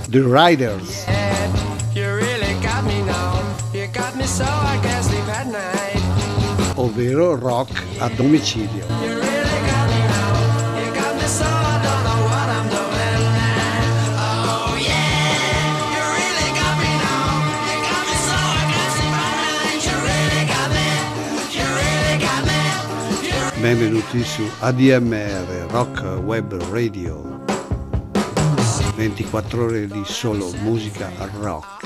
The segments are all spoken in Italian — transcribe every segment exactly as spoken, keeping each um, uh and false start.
The Riders. Ovvero rock a domicilio. Benvenuti su A D M R Rock Web Radio, ventiquattro ore di solo musica rock.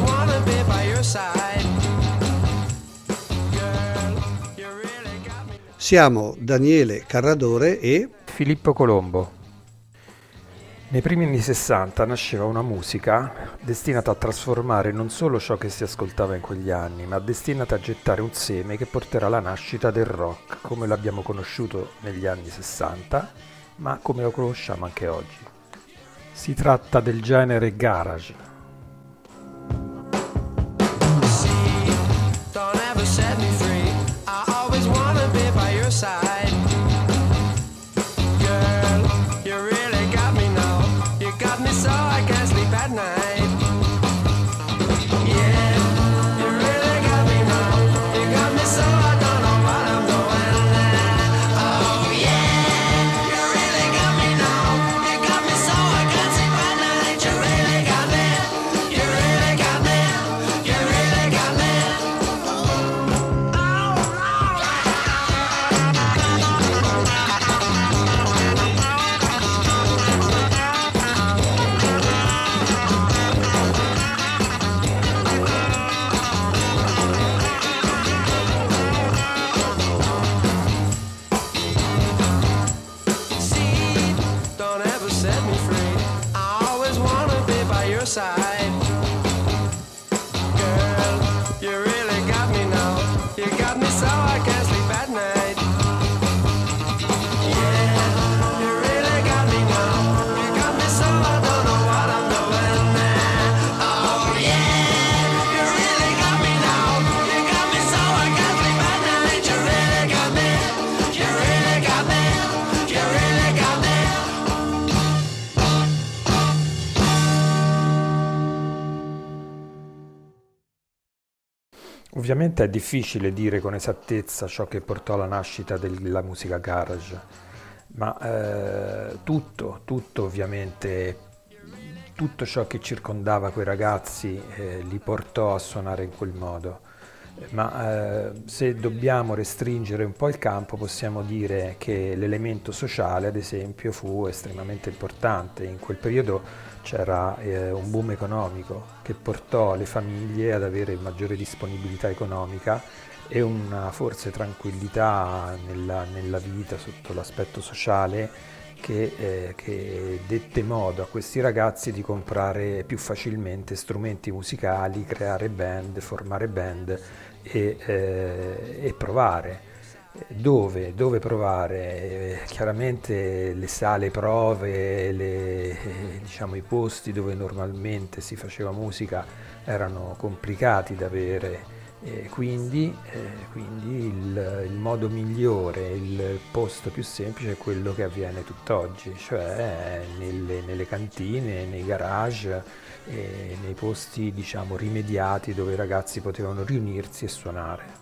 Siamo Daniele Carradore e Filippo Colombo. Nei primi anni sessanta nasceva una musica destinata a trasformare non solo ciò che si ascoltava in quegli anni, ma destinata a gettare un seme che porterà alla nascita del rock, come lo abbiamo conosciuto negli anni sessanta, ma come lo conosciamo anche oggi. Si tratta del genere garage. Ovviamente è difficile dire con esattezza ciò che portò alla nascita della musica garage, ma eh, tutto, tutto ovviamente, tutto ciò che circondava quei ragazzi eh, li portò a suonare in quel modo. Ma eh, se dobbiamo restringere un po' il campo, possiamo dire che l'elemento sociale, ad esempio, fu estremamente importante. In quel periodo c'era eh, un boom economico che portò le famiglie ad avere maggiore disponibilità economica e una forse tranquillità nella, nella vita sotto l'aspetto sociale che, eh, che dette modo a questi ragazzi di comprare più facilmente strumenti musicali, creare band, formare band e, eh, e provare. Dove, dove provare? Eh, chiaramente le sale prove, le, eh, diciamo, i posti dove normalmente si faceva musica erano complicati da avere, eh, quindi, eh, quindi il, il modo migliore, il posto più semplice è quello che avviene tutt'oggi, cioè nelle, nelle cantine, nei garage, eh, nei posti, diciamo, rimediati dove i ragazzi potevano riunirsi e suonare.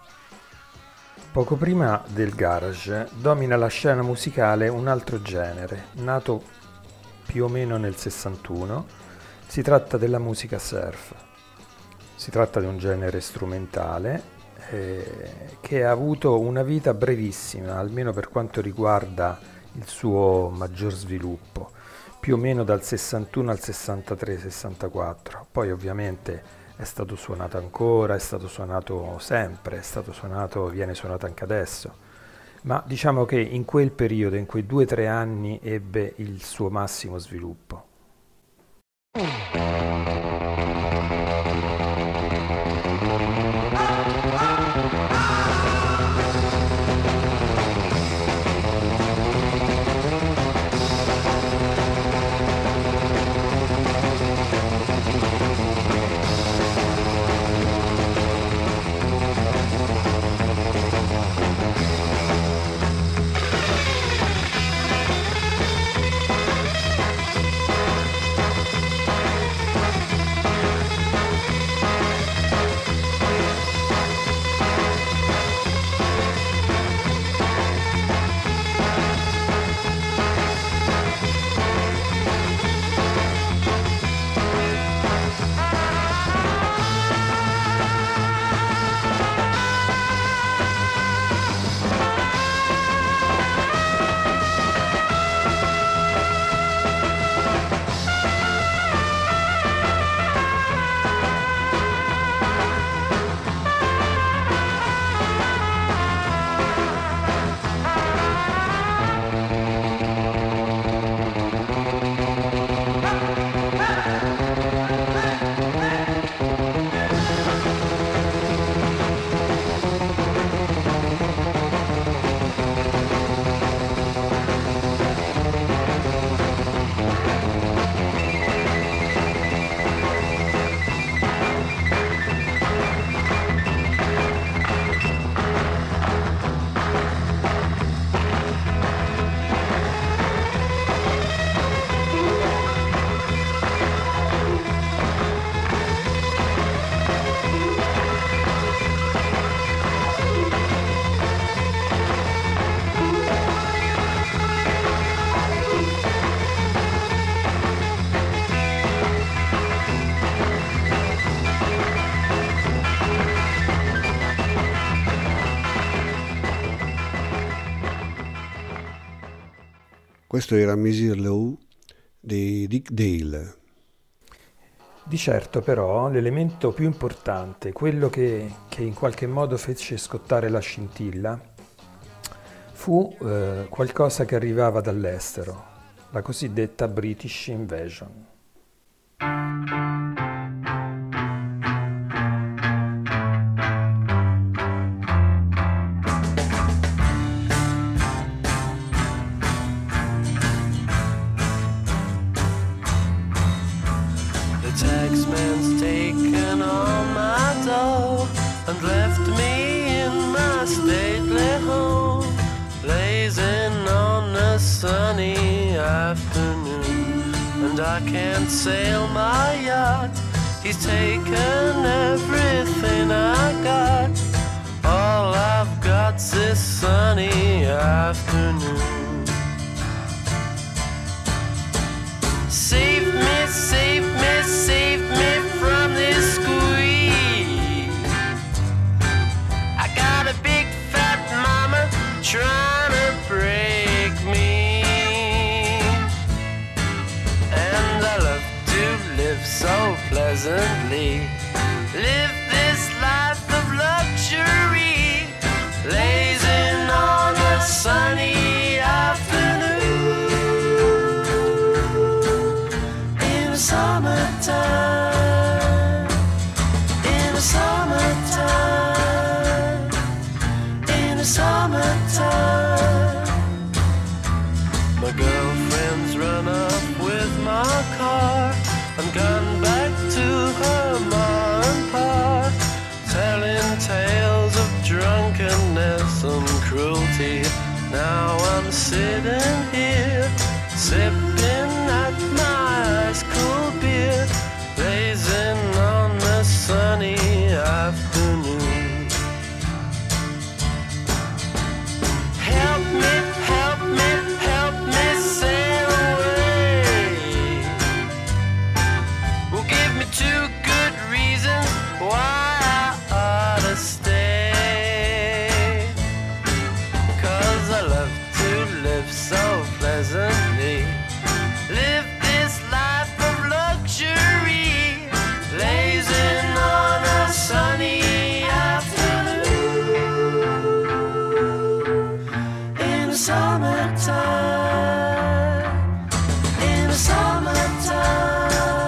Poco prima del garage domina la scena musicale un altro genere, nato più o meno nel sessantuno. Si tratta della musica surf. Si tratta di un genere strumentale eh, che ha avuto una vita brevissima, almeno per quanto riguarda il suo maggior sviluppo, più o meno dal sessantuno al sessantatré sessantaquattro. Poi ovviamente è stato suonato ancora, è stato suonato sempre, è stato suonato, viene suonato anche adesso, ma diciamo che in quel periodo, in quei due o tre anni, ebbe il suo massimo sviluppo. Questo era Misir Lou di Dick Dale. Di certo però l'elemento più importante, quello che, che in qualche modo fece scottare la scintilla, fu eh, qualcosa che arrivava dall'estero, la cosiddetta British Invasion. I can't sail my yacht. He's taken everything I got. All I've got's this sunny afternoon. Save me, save me, save me from this squeeze. I got a big fat mama trying to break me. So pleasantly live this life of luxury, lazing on a sunny afternoon in the summertime, in the summertime, in the summertime. My girlfriend's run up with my car. I'm gone back to her ma and pa, telling tales of drunkenness and cruelty. Now I'm sitting here, sipping at my ice cool beer, blazing on the sunny afternoon. Help me, help me, help me sail away. Give me two good reasons why I ought to stay. Cause I love to live so pleasantly, live this life of luxury, lazing on a sunny afternoon in the summertime, in the summertime,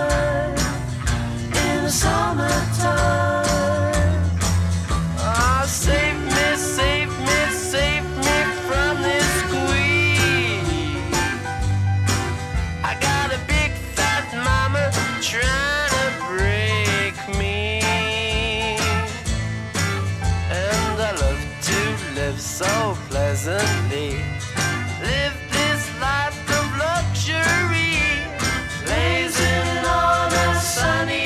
summertime. Oh, save me, save me, save me from this squeeze. I got a big fat mama trying to break me, and I love to live so pleasantly, live this life of luxury, lazing on a sunny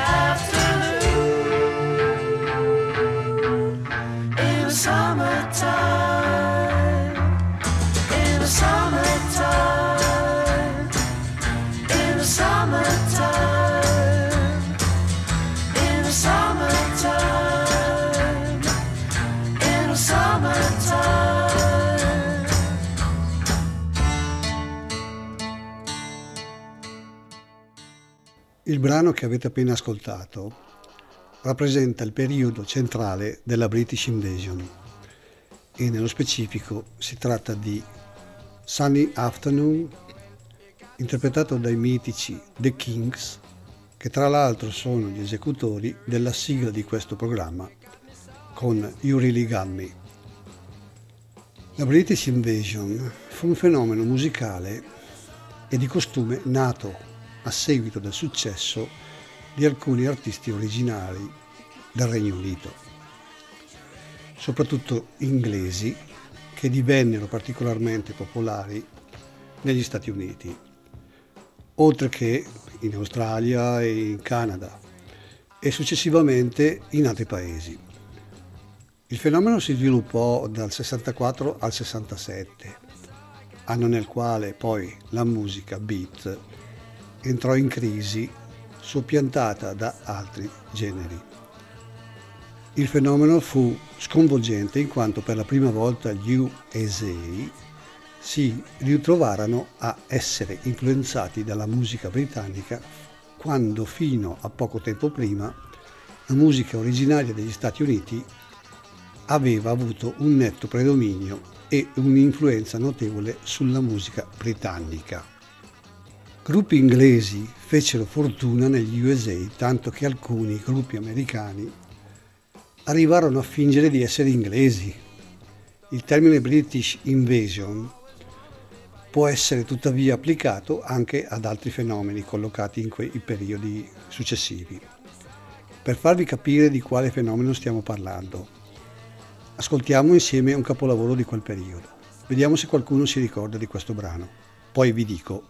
summertime, in the summertime, in the summertime, in the summertime, in the summertime. Il brano che avete appena ascoltato rappresenta il periodo centrale della British Invasion e nello specifico si tratta di Sunny Afternoon, interpretato dai mitici The Kings, che tra l'altro sono gli esecutori della sigla di questo programma con You Really Got Me. La British Invasion fu un fenomeno musicale e di costume nato a seguito del successo di alcuni artisti originari del Regno Unito, soprattutto inglesi, che divennero particolarmente popolari negli Stati Uniti, oltre che in Australia e in Canada e successivamente in altri paesi. Il fenomeno si sviluppò dal sessantaquattro al sessantasette, anno nel quale poi la musica beat entrò in crisi, soppiantata da altri generi. Il fenomeno fu sconvolgente in quanto per la prima volta gli U S A si ritrovarono a essere influenzati dalla musica britannica quando fino a poco tempo prima la musica originaria degli Stati Uniti aveva avuto un netto predominio e un'influenza notevole sulla musica britannica. Gruppi inglesi fecero fortuna negli U S A, tanto che alcuni gruppi americani arrivarono a fingere di essere inglesi. Il termine British Invasion può essere tuttavia applicato anche ad altri fenomeni collocati in quei periodi successivi. Per farvi capire di quale fenomeno stiamo parlando, ascoltiamo insieme un capolavoro di quel periodo. Vediamo se qualcuno si ricorda di questo brano. Poi vi dico.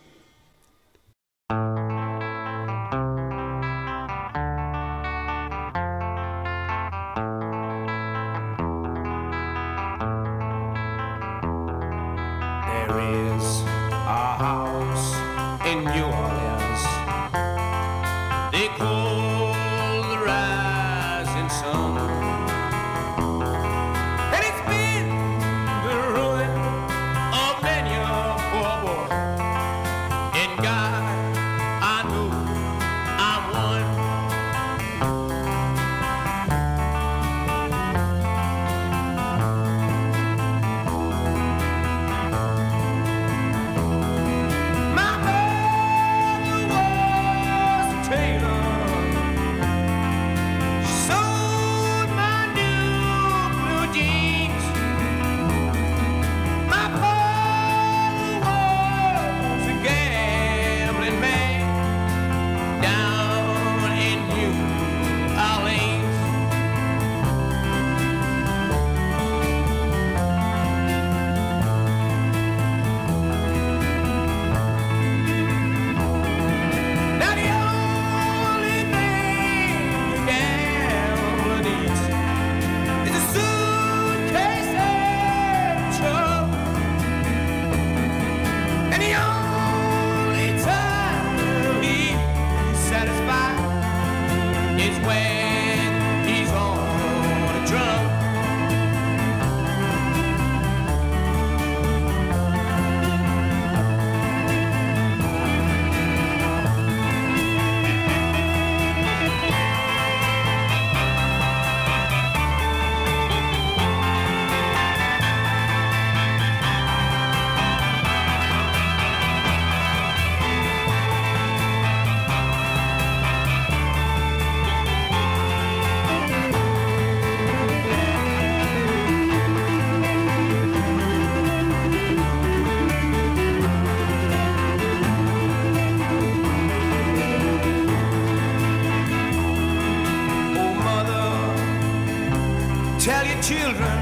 Tell your children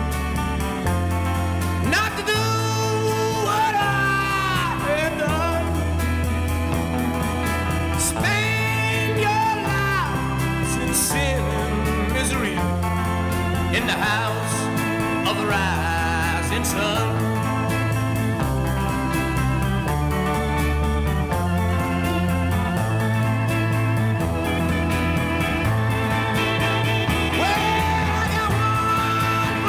not to do what I have done. Spend your lives in sin and misery in the house of the rising sun. Well, I got one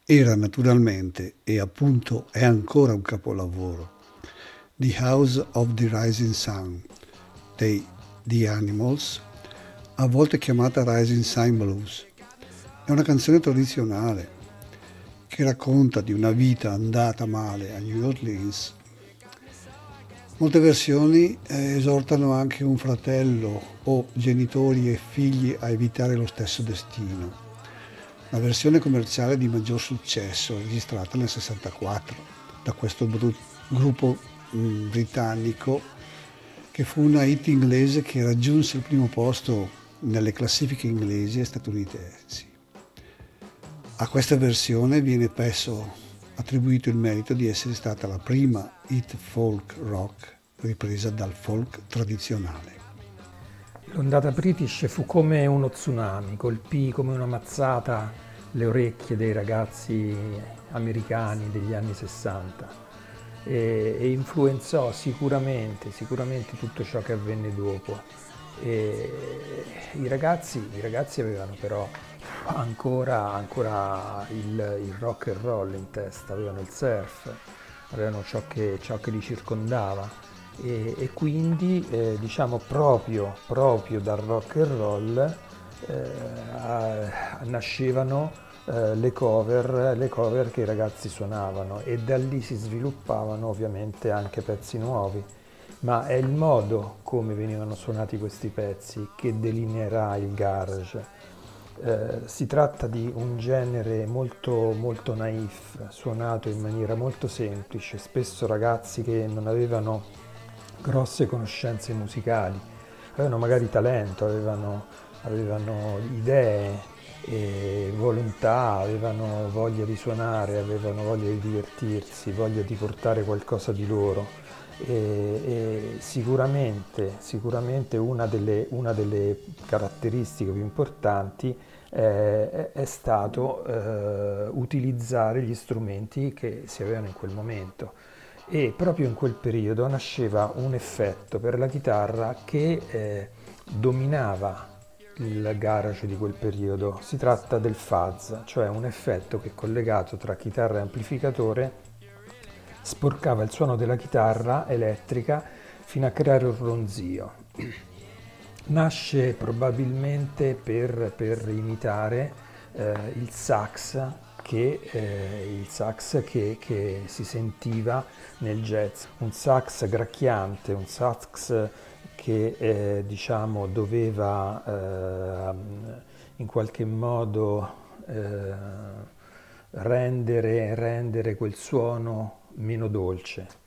era naturalmente e appunto è ancora un capolavoro. The House of the Rising Sun dei The Animals, a volte chiamata Rising Sun Blues. È una canzone tradizionale che racconta di una vita andata male a New Orleans. Molte versioni eh, esortano anche un fratello o genitori e figli a evitare lo stesso destino. La versione commerciale di maggior successo, registrata nel sessantaquattro da questo bru- gruppo mh, britannico, che fu una hit inglese che raggiunse il primo posto nelle classifiche inglesi e statunitensi. A questa versione viene spesso attribuito il merito di essere stata la prima hit folk rock ripresa dal folk tradizionale. L'ondata British fu come uno tsunami, colpì come una mazzata le orecchie dei ragazzi americani degli anni sessanta e, e influenzò sicuramente, sicuramente tutto ciò che avvenne dopo. E i, ragazzi, I ragazzi avevano però ancora, ancora il, il rock and roll in testa, avevano il surf, avevano ciò che, ciò che li circondava. E, e quindi eh, diciamo proprio, proprio dal rock and roll eh, a, nascevano eh, le cover, le cover che i ragazzi suonavano e da lì si sviluppavano ovviamente anche pezzi nuovi, ma è il modo come venivano suonati questi pezzi che delineerà il garage. Eh, si tratta di un genere molto, molto naif, suonato in maniera molto semplice, spesso ragazzi che non avevano grosse conoscenze musicali, avevano magari talento, avevano, avevano idee e volontà, avevano voglia di suonare, avevano voglia di divertirsi, voglia di portare qualcosa di loro e, e sicuramente, sicuramente una delle, una delle caratteristiche più importanti eh, è stato eh, utilizzare gli strumenti che si avevano in quel momento. E proprio in quel periodo nasceva un effetto per la chitarra che eh, dominava il garage di quel periodo. Si tratta del fuzz, cioè un effetto che collegato tra chitarra e amplificatore sporcava il suono della chitarra elettrica fino a creare un ronzio. Nasce probabilmente per, per imitare eh, il sax che eh, il sax che, che si sentiva nel jazz, un sax gracchiante, un sax che eh, diciamo doveva eh, in qualche modo eh, rendere, rendere quel suono meno dolce.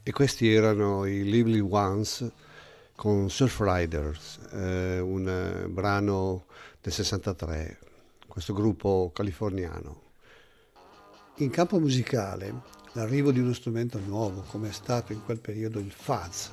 E questi erano i Lively Ones con Surf Riders, eh, un eh, brano del sessantatré, questo gruppo californiano. In campo musicale, l'arrivo di uno strumento nuovo, come è stato in quel periodo il fuzz,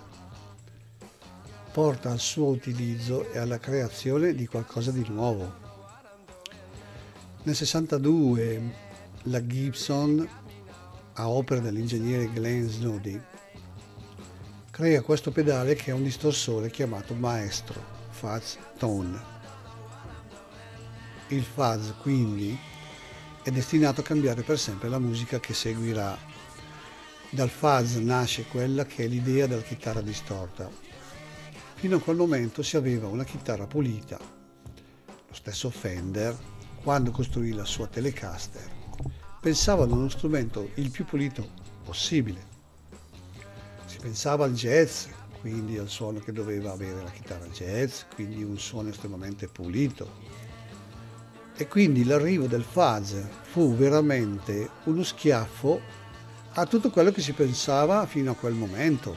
porta al suo utilizzo e alla creazione di qualcosa di nuovo. Nel sessantadue la Gibson, a opera dell'ingegnere Glenn Snoddy, crea questo pedale che è un distorsore chiamato Maestro Fuzz Tone. Il fuzz quindi è destinato a cambiare per sempre la musica che seguirà. Dal fuzz nasce quella che è l'idea della chitarra distorta. Fino a quel momento si aveva una chitarra pulita. Lo stesso Fender, quando costruì la sua Telecaster, pensava ad uno strumento il più pulito possibile. Si pensava al jazz, quindi al suono che doveva avere la chitarra jazz, quindi un suono estremamente pulito. E quindi l'arrivo del fuzz fu veramente uno schiaffo a tutto quello che si pensava fino a quel momento.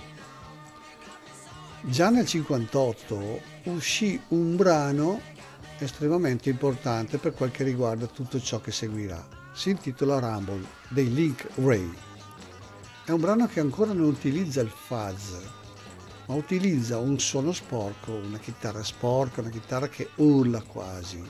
Già nel cinquantotto uscì un brano estremamente importante per quel che riguarda tutto ciò che seguirà. Si intitola Rumble dei Link Ray. È un brano che ancora non utilizza il fuzz, ma utilizza un suono sporco, una chitarra sporca, una chitarra che urla quasi.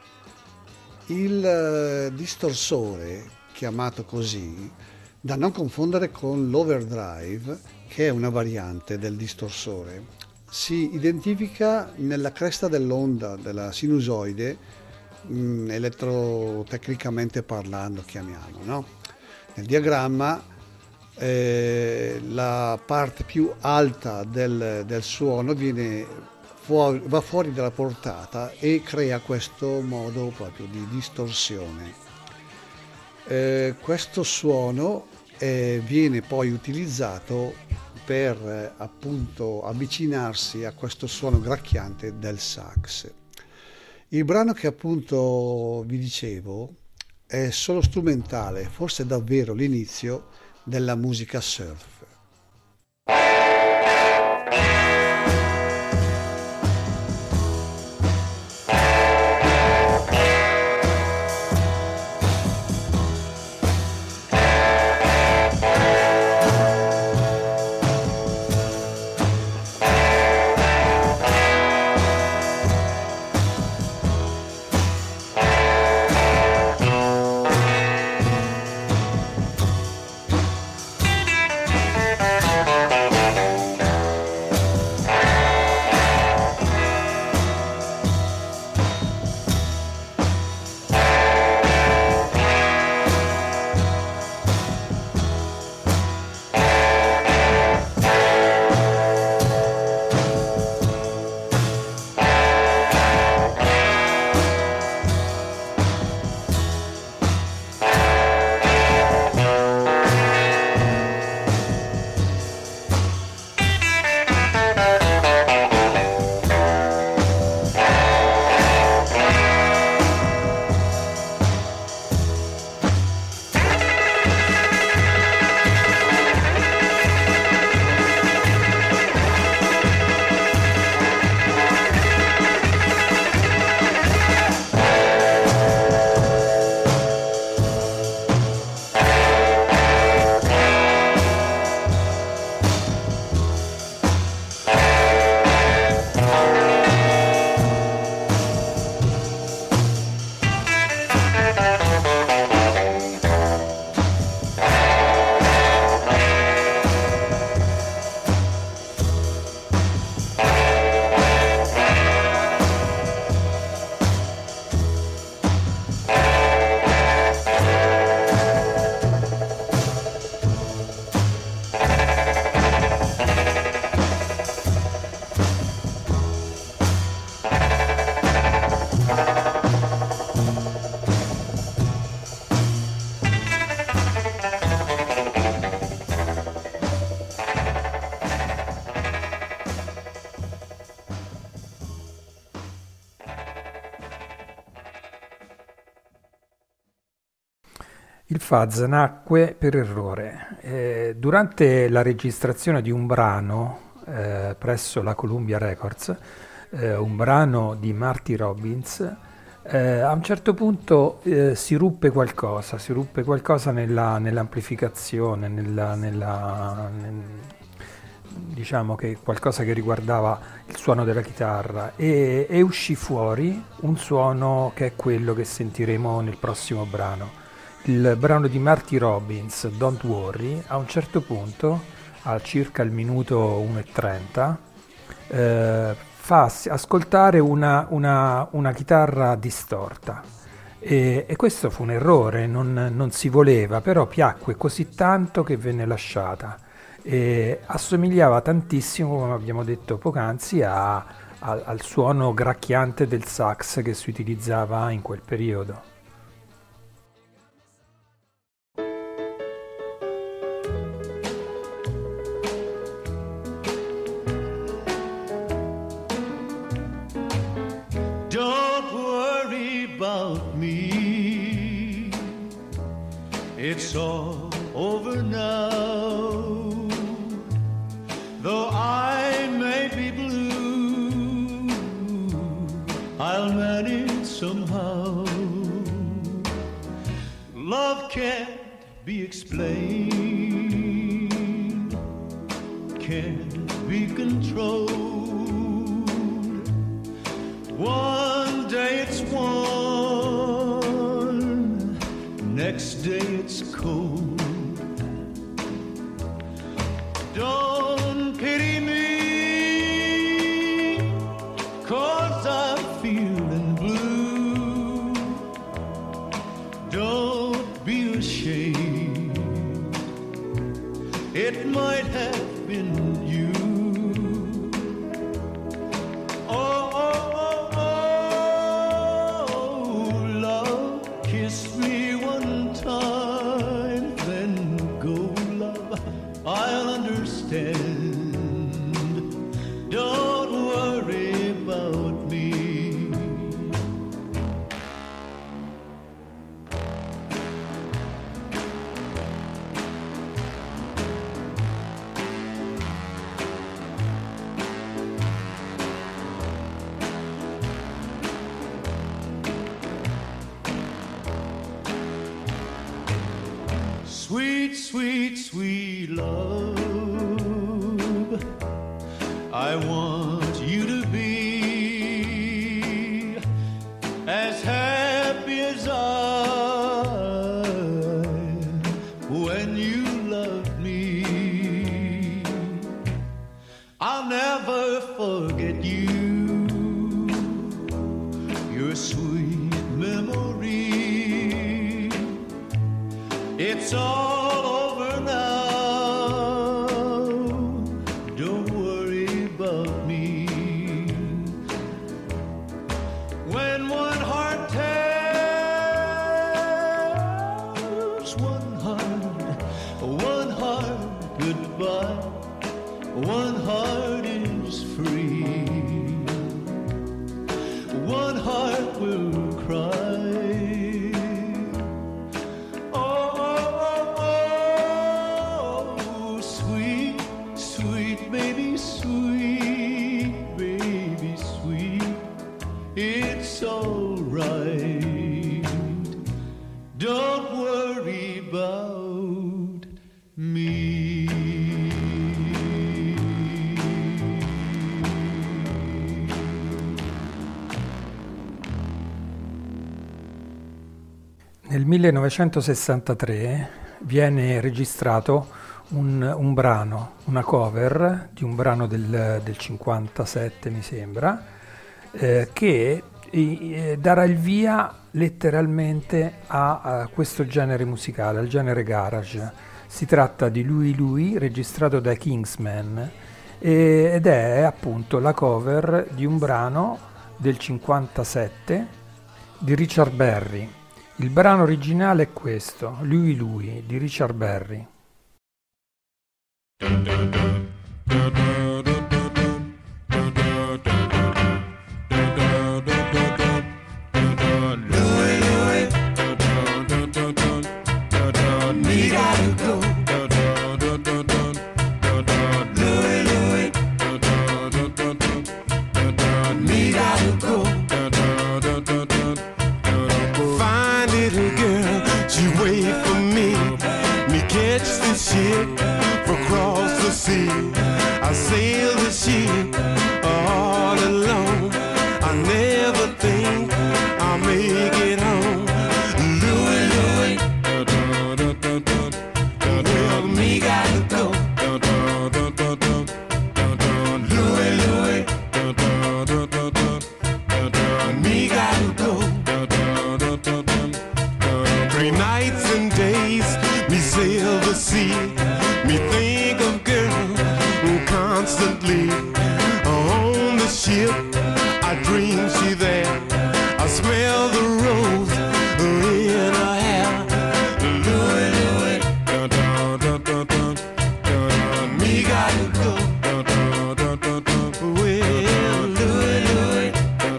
Il distorsore, chiamato così, da non confondere con l'overdrive, che è una variante del distorsore, si identifica nella cresta dell'onda della sinusoide, mh, elettrotecnicamente parlando, chiamiamo, no? Nel diagramma eh, la parte più alta del, del suono viene fuori, va fuori dalla portata e crea questo modo proprio di distorsione. Eh, questo suono eh, viene poi utilizzato per eh, appunto avvicinarsi a questo suono gracchiante del sax. Il brano che appunto vi dicevo è solo strumentale, forse davvero l'inizio della musica surf. Il fuzz nacque per errore. Eh, durante la registrazione di un brano eh, presso la Columbia Records, eh, un brano di Marty Robbins, eh, a un certo punto eh, si ruppe qualcosa, si ruppe qualcosa nella, nell'amplificazione, nella, nella, nel, diciamo che qualcosa che riguardava il suono della chitarra e, e uscì fuori un suono che è quello che sentiremo nel prossimo brano. Il brano di Marty Robbins, Don't Worry, a un certo punto, a circa il minuto uno e trenta, eh, fa ascoltare una, una, una chitarra distorta. E, e questo fu un errore, non, non si voleva, però piacque così tanto che venne lasciata. E assomigliava tantissimo, come abbiamo detto poc'anzi, a, a, al suono gracchiante del sax che si utilizzava in quel periodo. It's all over now. Though I may be blue, I'll manage somehow. Love can't be explained, can't be controlled. One day it's warm, next day it's cold. Don't pity me, 'cause I'm feeling blue. Don't be ashamed, it might have been you. Oh, oh, oh, oh, love, kiss me one time, then go, love, I'll understand. Don't worry about me. Sweet, sweet, sweet love, I want you to be as happy as I when you loved me. I'll never forget you, your sweet memory. It's all over now, don't worry about me. When one heart tells one heart, one heart goodbye, one heart is free, one heart will cry. It's all right, don't worry about me. Nel millenovecentosessantatré viene registrato un, un brano, una cover di un brano del, del cinquantasette mi sembra, Eh, che eh, darà il via letteralmente a, a questo genere musicale, al genere garage. Si tratta di Louie Louie, registrato da Kingsman, e, ed è appunto la cover di un brano del cinquantasette di Richard Berry. Il brano originale è questo, Louie Louie di Richard Berry. Louie, Louie, catch the ship across the sea. I sail the ship all alone. I never think I'll make it home. Louie, Louie, well, me gotta go. Louie, Louie, me gotta go. Three nights and days, me sail the sea. Me think of girl constantly. On the ship, I dream she there. I smell the rose in her hair. Louie, Louie, me gotta go. Well, Louie, Louie,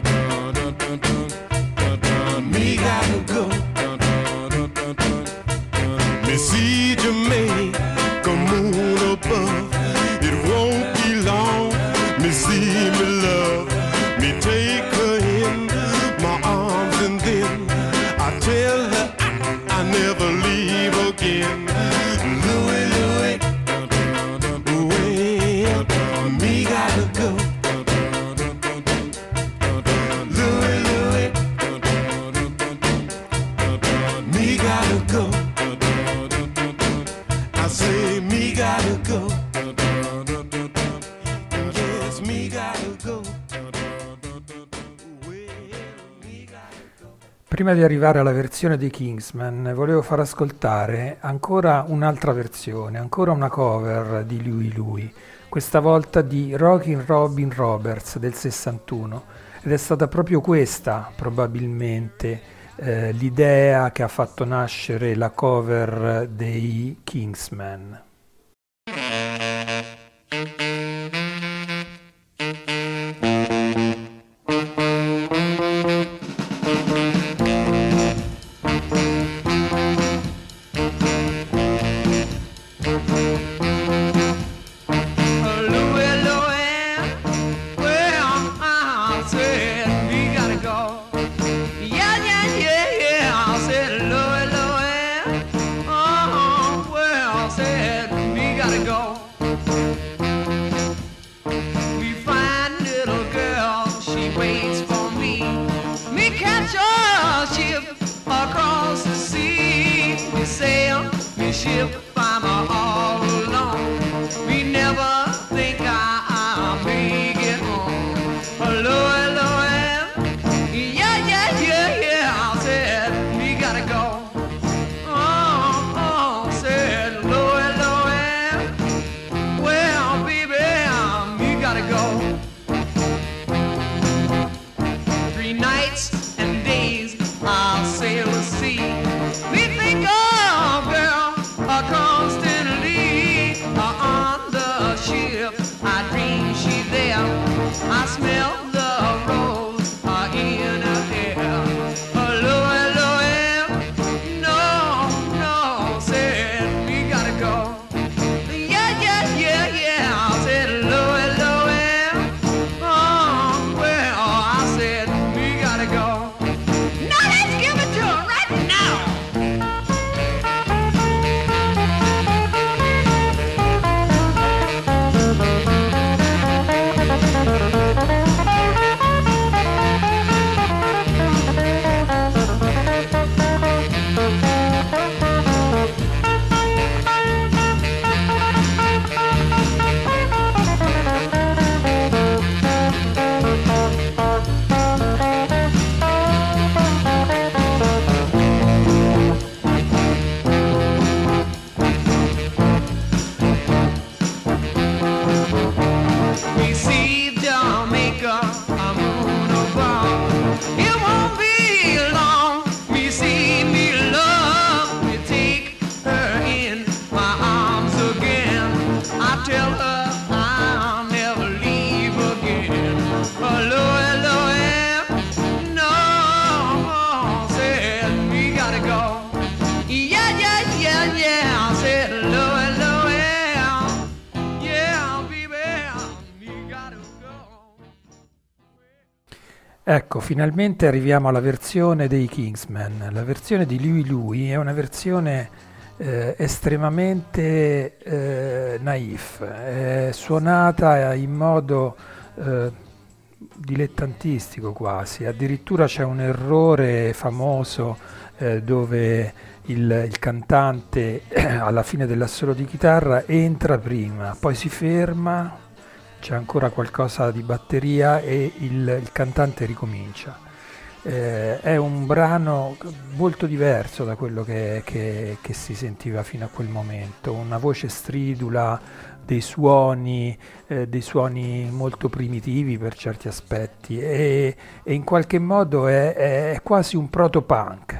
me gotta go. Me see Jamaica moon above. It won't be long. Me see me love. Me take her in my arms and then I tell her I, I never leave again. Louie, Louie, well, me gotta go. Louie, Louie, me gotta go. I say me gotta go. Yes, me gotta go. Prima di arrivare alla versione dei Kingsmen, volevo far ascoltare ancora un'altra versione, ancora una cover di Louie Louie, questa volta di Rockin' Robin Roberts del sessantuno, ed è stata proprio questa, probabilmente, eh, l'idea che ha fatto nascere la cover dei Kingsmen. Ecco, finalmente arriviamo alla versione dei Kingsmen. La versione di Louie Louie è una versione eh, estremamente eh, naif, è suonata in modo eh, dilettantistico quasi, addirittura c'è un errore famoso eh, dove il, il cantante alla fine dell'assolo di chitarra entra prima, poi si ferma, c'è ancora qualcosa di batteria e il, il cantante ricomincia. Eh, è un brano molto diverso da quello che, che, che si sentiva fino a quel momento, una voce stridula, dei suoni, eh, dei suoni molto primitivi per certi aspetti e, e in qualche modo è, è, è quasi un proto-punk.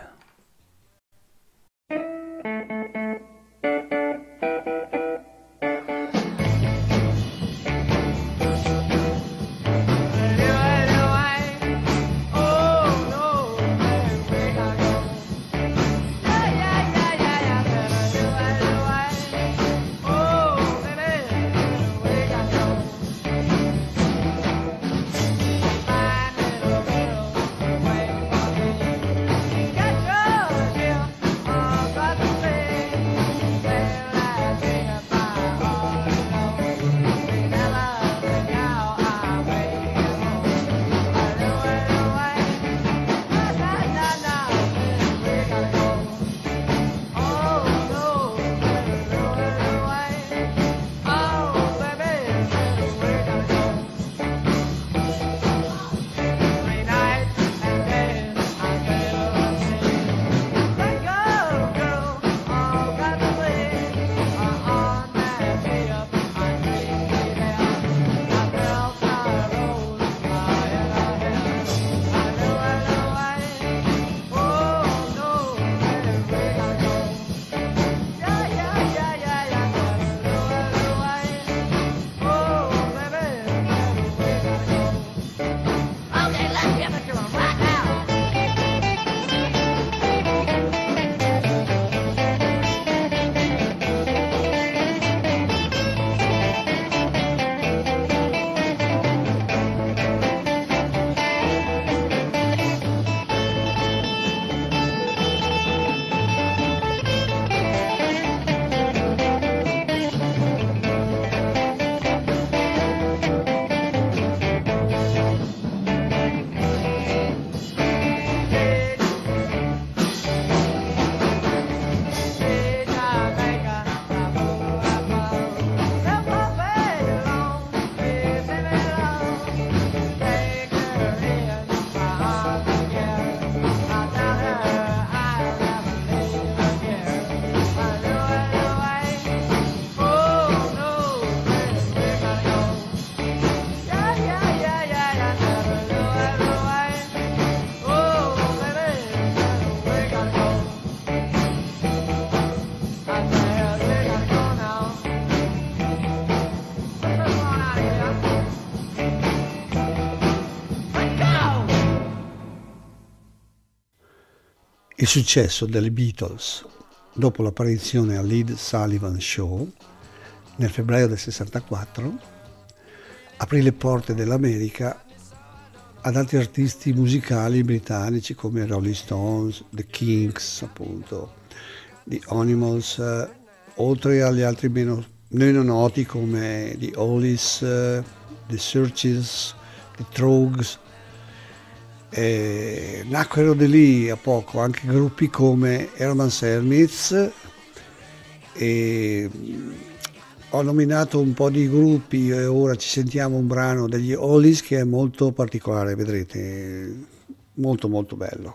Il successo delle Beatles dopo l'apparizione all'Ed Sullivan Show nel febbraio del sessantaquattro aprì le porte dell'America ad altri artisti musicali britannici come Rolling Stones, The Kinks, appunto, The Animals, eh, oltre agli altri meno, meno noti come The Hollies, eh, The Searchers, The Troggs. Eh, nacquero di lì a poco anche gruppi come Herman's Hermits e ho nominato un po' di gruppi e ora ci sentiamo un brano degli Hollies che è molto particolare, vedrete, molto molto bello.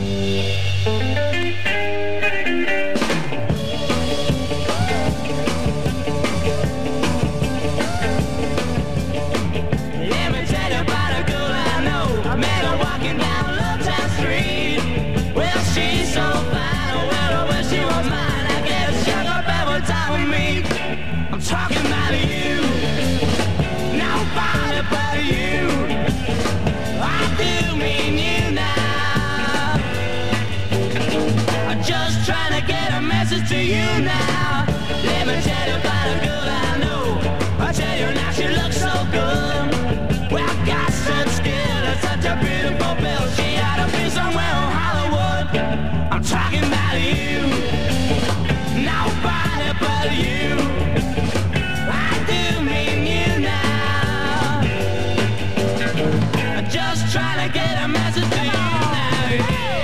To you now, let me tell you about a girl I know. I tell you now, she looks so good. Well, got such skill and such a beautiful bill. She ought to be somewhere in Hollywood. I'm talking about you. Now you. I do mean you now. I'm just trying to get a message to you now. Yeah.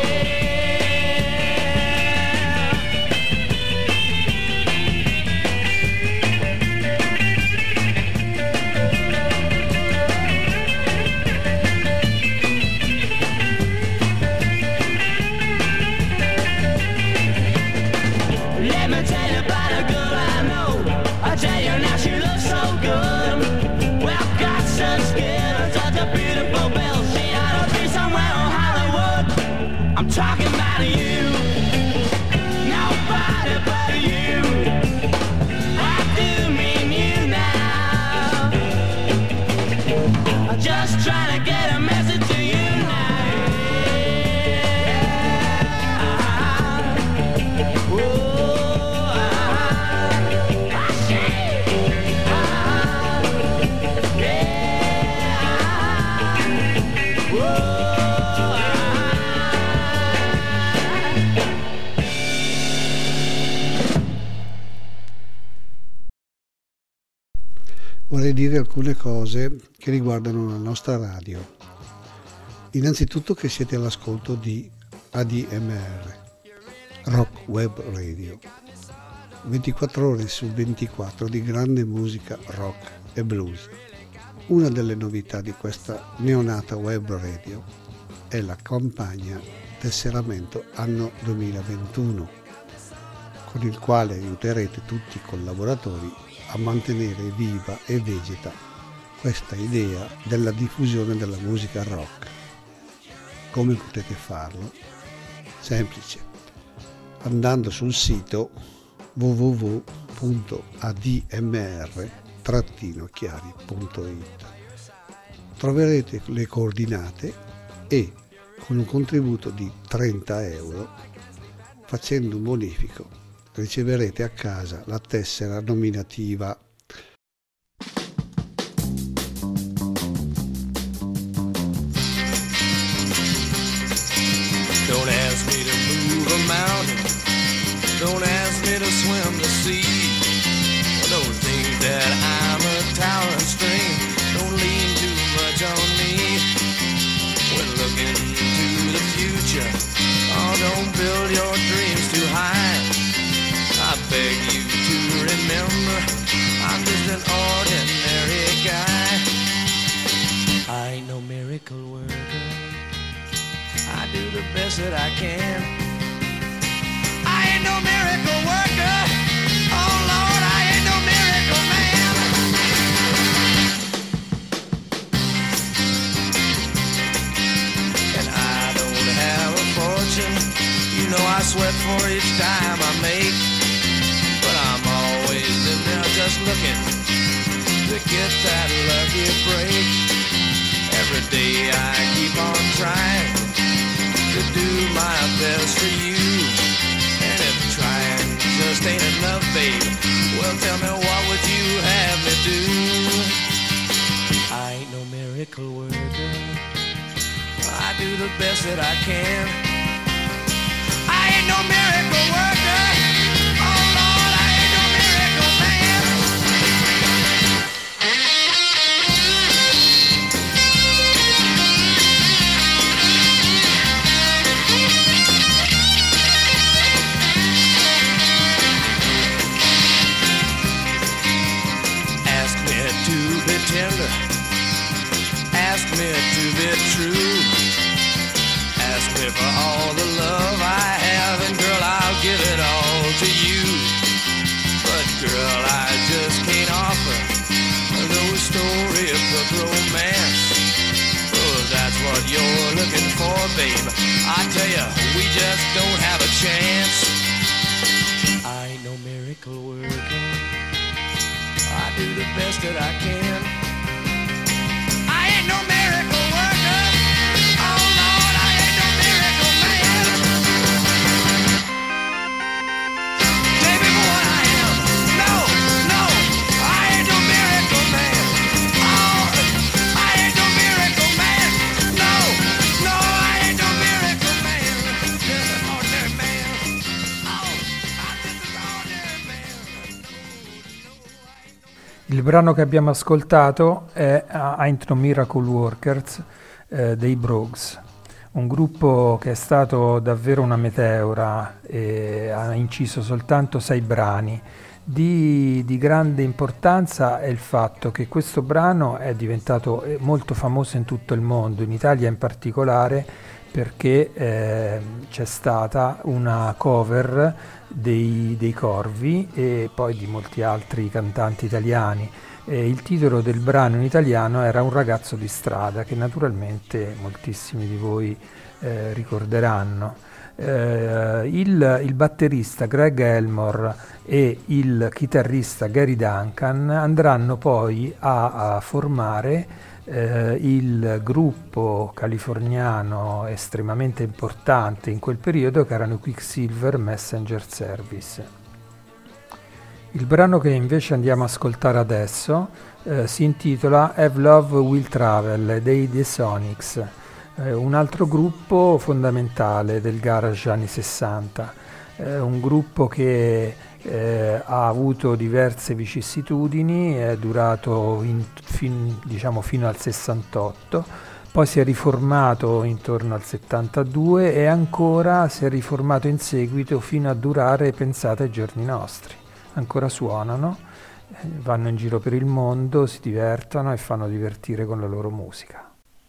Let me tell you about a girl I know. I tell you now, she looks so good. Well, got such skin, such a beautiful belle. She ought to be somewhere in Hollywood. I'm talking about you. Nobody but you. I do mean you now. I'm just trying to get a message to you now. Vorrei dire alcune cose che riguardano la nostra radio. Innanzitutto che siete all'ascolto di A D M R, Rock Web Radio, ventiquattro ore su ventiquattro di grande musica rock e blues. Una delle novità di questa neonata web radio è la campagna Tesseramento anno duemilaventuno, con il quale aiuterete tutti i collaboratori a mantenere viva e vegeta questa idea della diffusione della musica rock. Come potete farlo? Semplice, andando sul sito w w w punto a d m r chiari punto i t. Troverete le coordinate e con un contributo di trenta euro, facendo un bonifico, riceverete a casa la tessera nominativa. Don't ask me to move a mountain. Don't ask me to swim the sea. Don't think that I'm a towering stream. Don't lean too much on me. When looking to the future, oh, don't build your dreams too high. I beg you to remember, I'm just an ordinary guy. I ain't no miracle worker. I do the best that I can. I ain't no miracle worker. Oh Lord, I ain't no miracle man. And I don't have a fortune. You know I sweat for each dime I make. But I'm always in there just looking to get that lucky break. Every day I keep on trying to do my best for you. And if trying just ain't enough, babe, well, tell me, what would you have me do? I ain't no miracle worker. I do the best that I can. I ain't no miracle worker. Oh Lord, I ain't no miracle man. Ask me to be tender. Ask me to be true. Ask me for all the love I have, and girl, I'll give it all to you. But girl, I just can't offer no storybook romance. Oh, that's what you're looking for, babe. I tell you, we just don't have a chance. I ain't no miracle worker. I do the best that I can. I ain't no miracle worker. Oh Lord, I ain't no miracle man. Take me for what I am. No, no, I ain't no miracle man. Oh, I ain't no miracle man. No, no, I ain't no miracle man. Just an ordinary man. Oh, I'm just an ordinary man. Il brano che abbiamo ascoltato è Ain't No Miracle Workers eh, dei Brogues, un gruppo che è stato davvero una meteora e ha inciso soltanto sei brani. Di, di grande importanza è il fatto che questo brano è diventato molto famoso in tutto il mondo, in Italia in particolare, perché eh, c'è stata una cover dei, dei Corvi e poi di molti altri cantanti italiani. E il titolo del brano in italiano era Un ragazzo di strada, che naturalmente moltissimi di voi eh, ricorderanno. Eh, il, il batterista Greg Elmore e il chitarrista Gary Duncan andranno poi a, a formare eh, il gruppo californiano estremamente importante in quel periodo, che erano i Quicksilver Messenger Service. Il brano che invece andiamo a ascoltare adesso eh, si intitola Have Love Will Travel dei The Sonics, eh, un altro gruppo fondamentale del garage anni sessanta, eh, un gruppo che eh, ha avuto diverse vicissitudini, è durato in, fin, diciamo fino al sessantotto, poi si è riformato intorno al settantadue e ancora si è riformato in seguito fino a durare, pensate, ai giorni nostri. Ancora suonano, eh, vanno in giro per il mondo, si divertono e fanno divertire con la loro musica.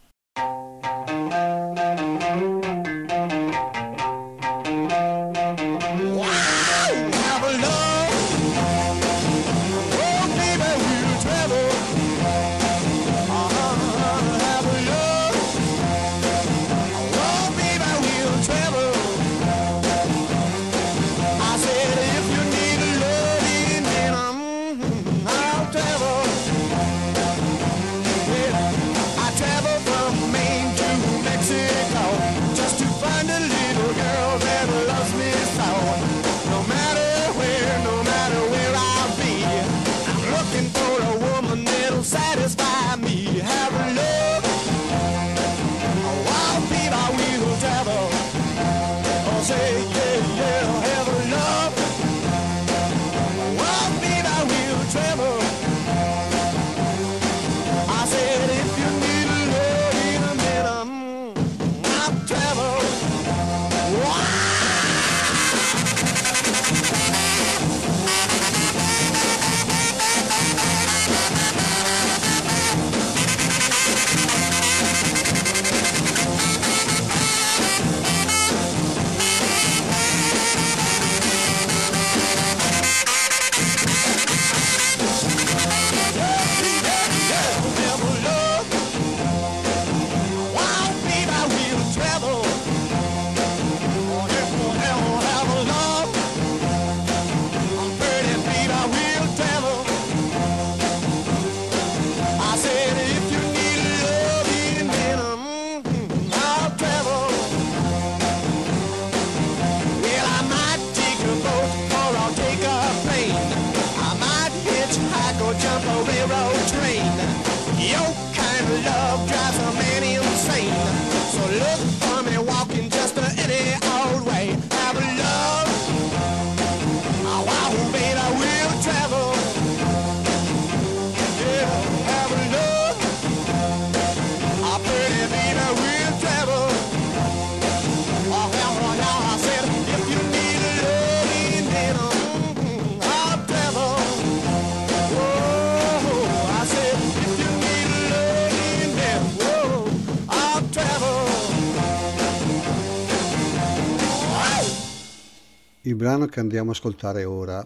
Il brano che andiamo a ascoltare ora,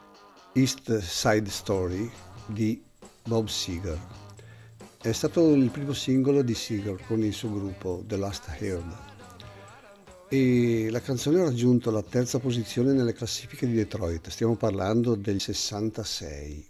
East Side Story di Bob Seger, è stato il primo singolo di Seger con il suo gruppo The Last Heard e la canzone ha raggiunto la terza posizione nelle classifiche di Detroit, stiamo parlando del sessantasei.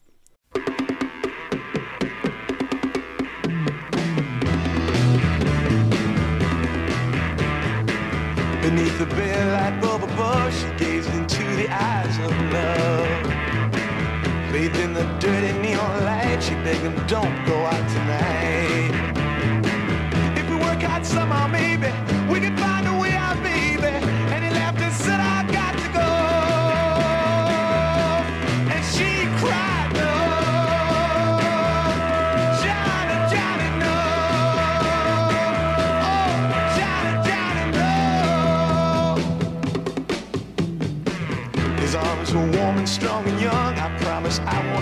Beneath the bare light bulb above, she gazed into the eyes of love. Bathed in the dirty neon light, she begged him, don't go out tonight. If we work out somehow, maybe we can find a way out, baby. And he laughed and said, I got to go. And she cried, no.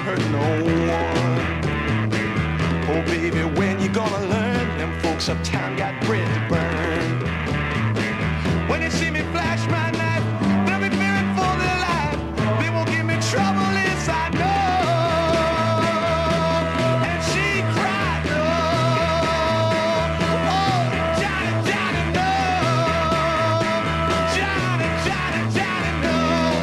hurt no one. Oh baby, when you gonna learn? Them folks uptown got bread to burn. When you see me flash my knife, they'll be fearing for their life. They won't give me trouble, yes I know. And she cried, no. Oh, Johnny, Johnny, no. Johnny, Johnny, Johnny, no.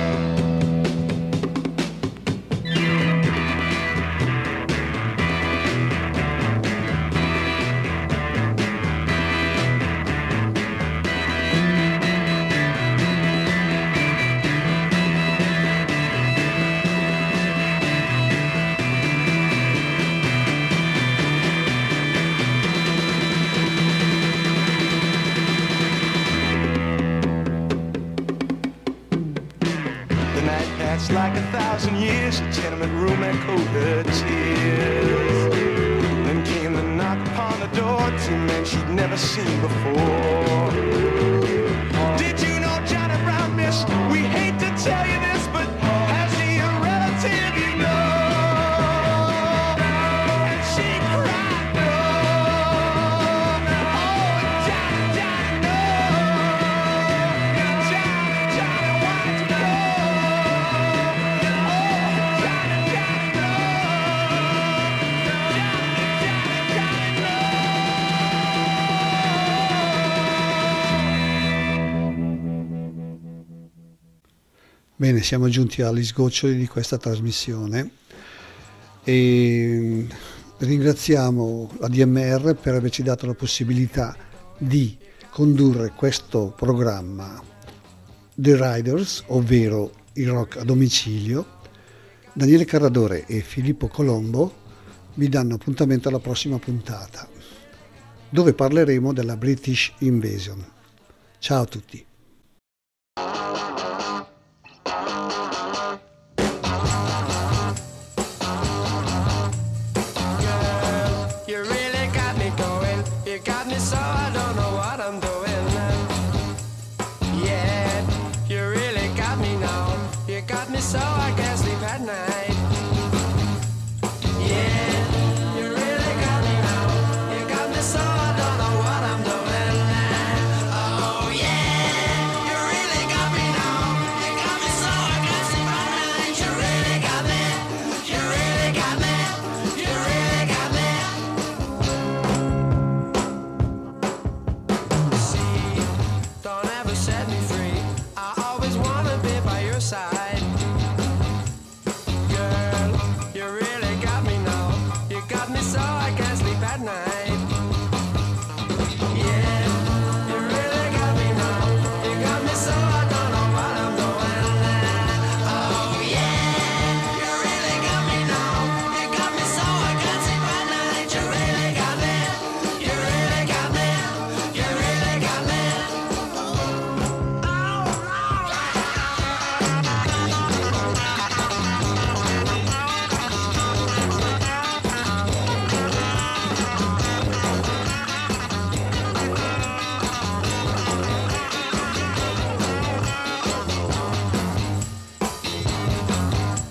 It's like a thousand years, a tenement room echoed her tears. Then came the knock upon the door, two men she'd never seen before. Did you know Johnny Brown, miss? We hate to tell you this, but has he a relative you know? And she cried, no. Oh, Johnny, Johnny, no. Johnny, Johnny, why'd you go? Bene, siamo giunti agli sgoccioli di questa trasmissione e ringraziamo la D M R per averci dato la possibilità di condurre questo programma The Riders, ovvero il rock a domicilio. Daniele Carradore e Filippo Colombo vi danno appuntamento alla prossima puntata, dove parleremo della British Invasion. Ciao a tutti.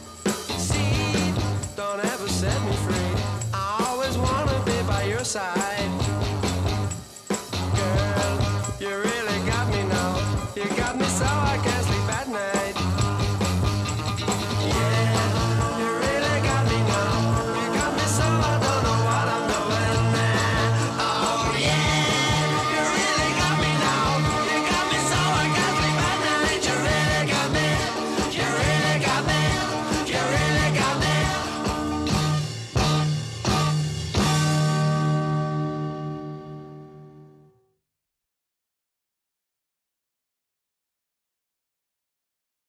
side.